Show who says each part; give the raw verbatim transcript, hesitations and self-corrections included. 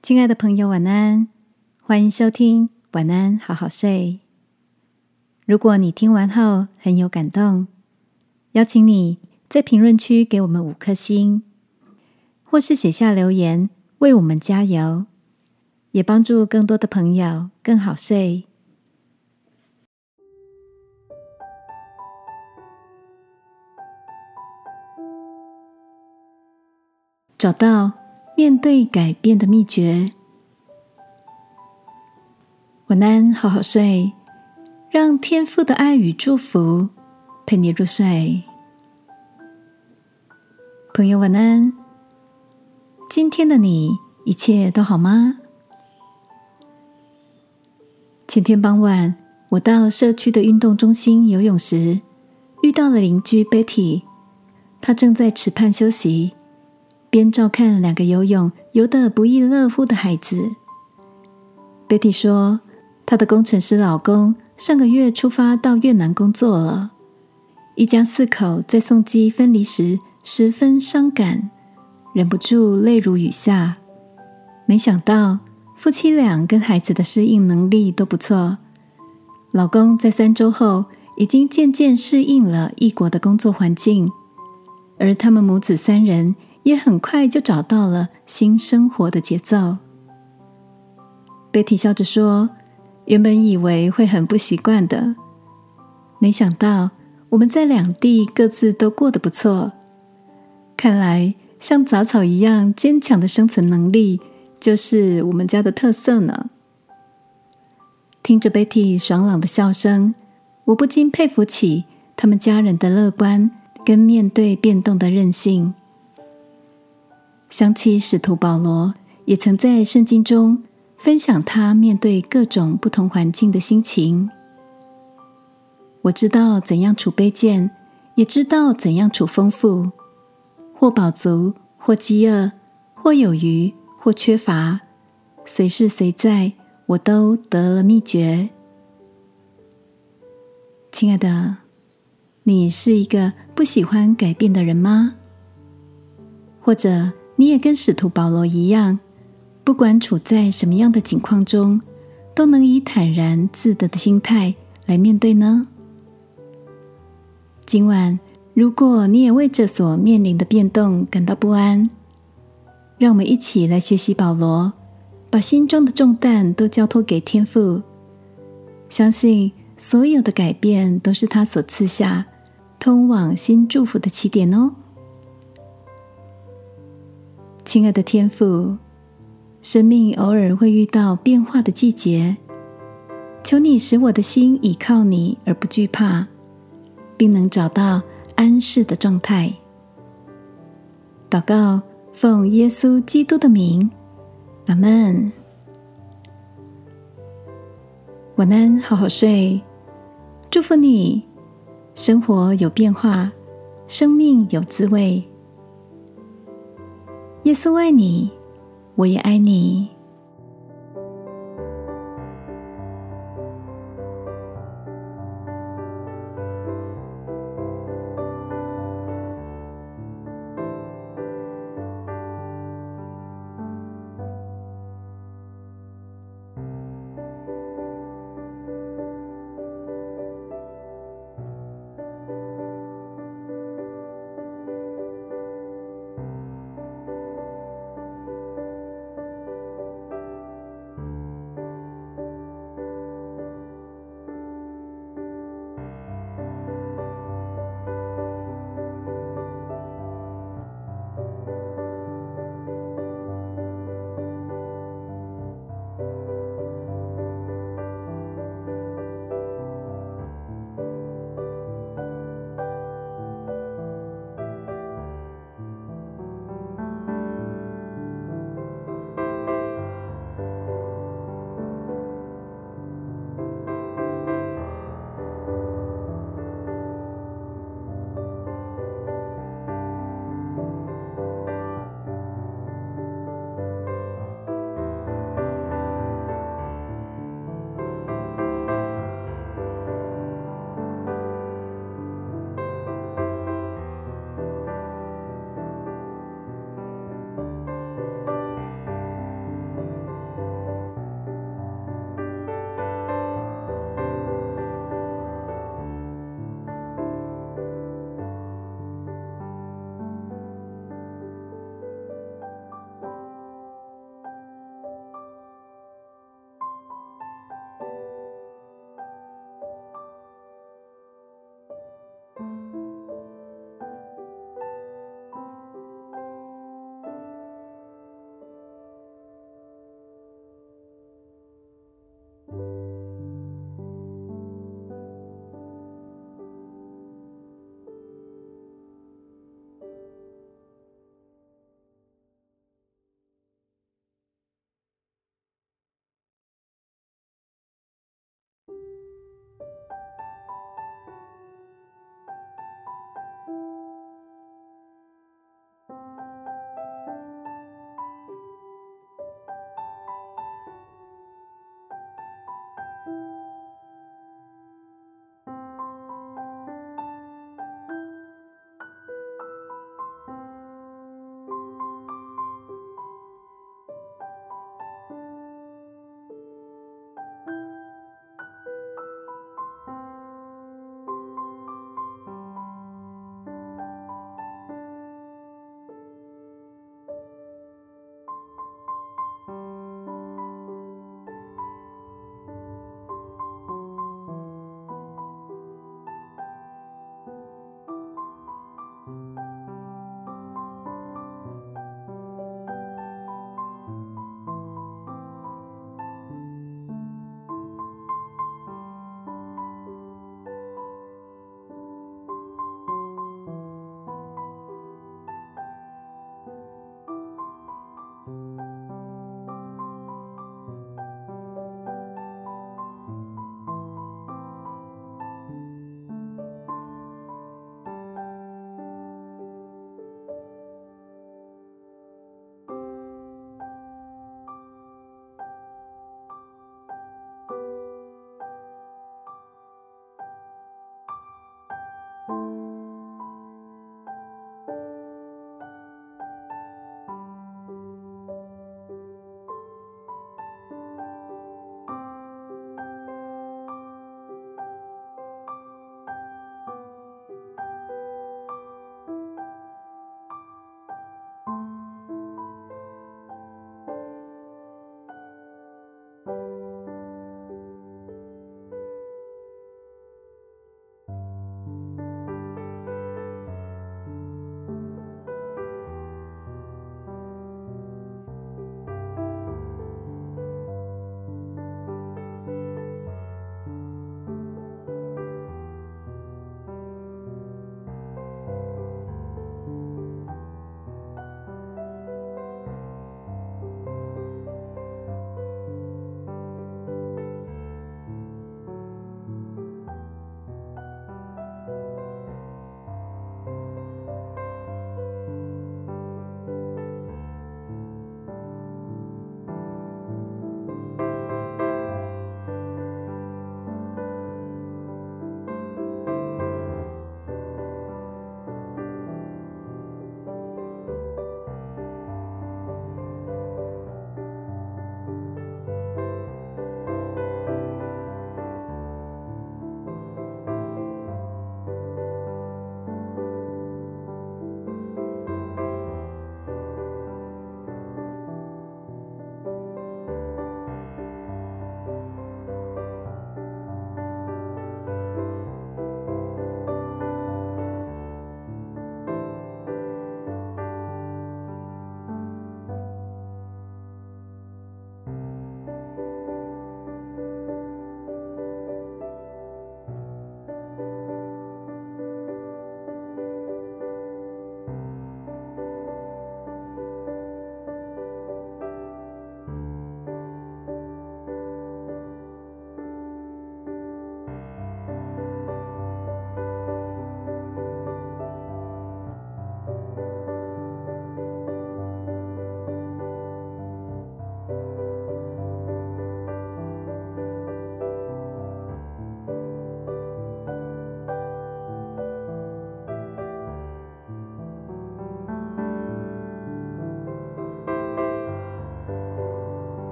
Speaker 1: 亲爱的朋友，晚安，欢迎收听晚安好好睡。如果你听完后很有感动，邀请你在评论区给我们五颗星，或是写下留言为我们加油，也帮助更多的朋友更好睡。找到面对改变的秘诀。晚安好好睡，让天父的爱与祝福陪你入睡。朋友晚安，今天的你一切都好吗？前天傍晚，我到社区的运动中心游泳时，遇到了邻居 Betty， 她正在池畔休息，边照看两个游泳游得不亦乐乎的孩子。Betty 说，她的工程师老公上个月出发到越南工作了，一家四口在送机分离时十分伤感，忍不住泪如雨下。没想到夫妻俩跟孩子的适应能力都不错，老公在三周后已经渐渐适应了异国的工作环境，而他们母子三人也很快就找到了新生活的节奏。Betty 笑着说，原本以为会很不习惯的，没想到我们在两地各自都过得不错。看来像杂草一样坚强的生存能力就是我们家的特色呢。听着 Betty 爽朗的笑声，我不禁佩服起他们家人的乐观跟面对变动的韧性。想起使徒保罗也曾在圣经中分享他面对各种不同环境的心情。我知道怎样处卑贱，也知道怎样处丰富，或饱足，或饥饿，或有余，或缺乏，随事随在，我都得了秘诀。亲爱的，你是一个不喜欢改变的人吗？或者你也跟使徒保罗一样，不管处在什么样的境况中，都能以坦然自得的心态来面对呢？今晚，如果你也为这所面临的变动感到不安，让我们一起来学习保罗，把心中的重担都交托给天父，相信所有的改变都是他所赐下，通往新祝福的起点哦。亲爱的天父，生命偶尔会遇到变化的季节，求你使我的心倚靠你而不惧怕，并能找到安适的状态。祷告，奉耶稣基督的名，阿们。晚安好好睡，祝福你，生活有变化，生命有滋味。耶稣爱你，我也爱你。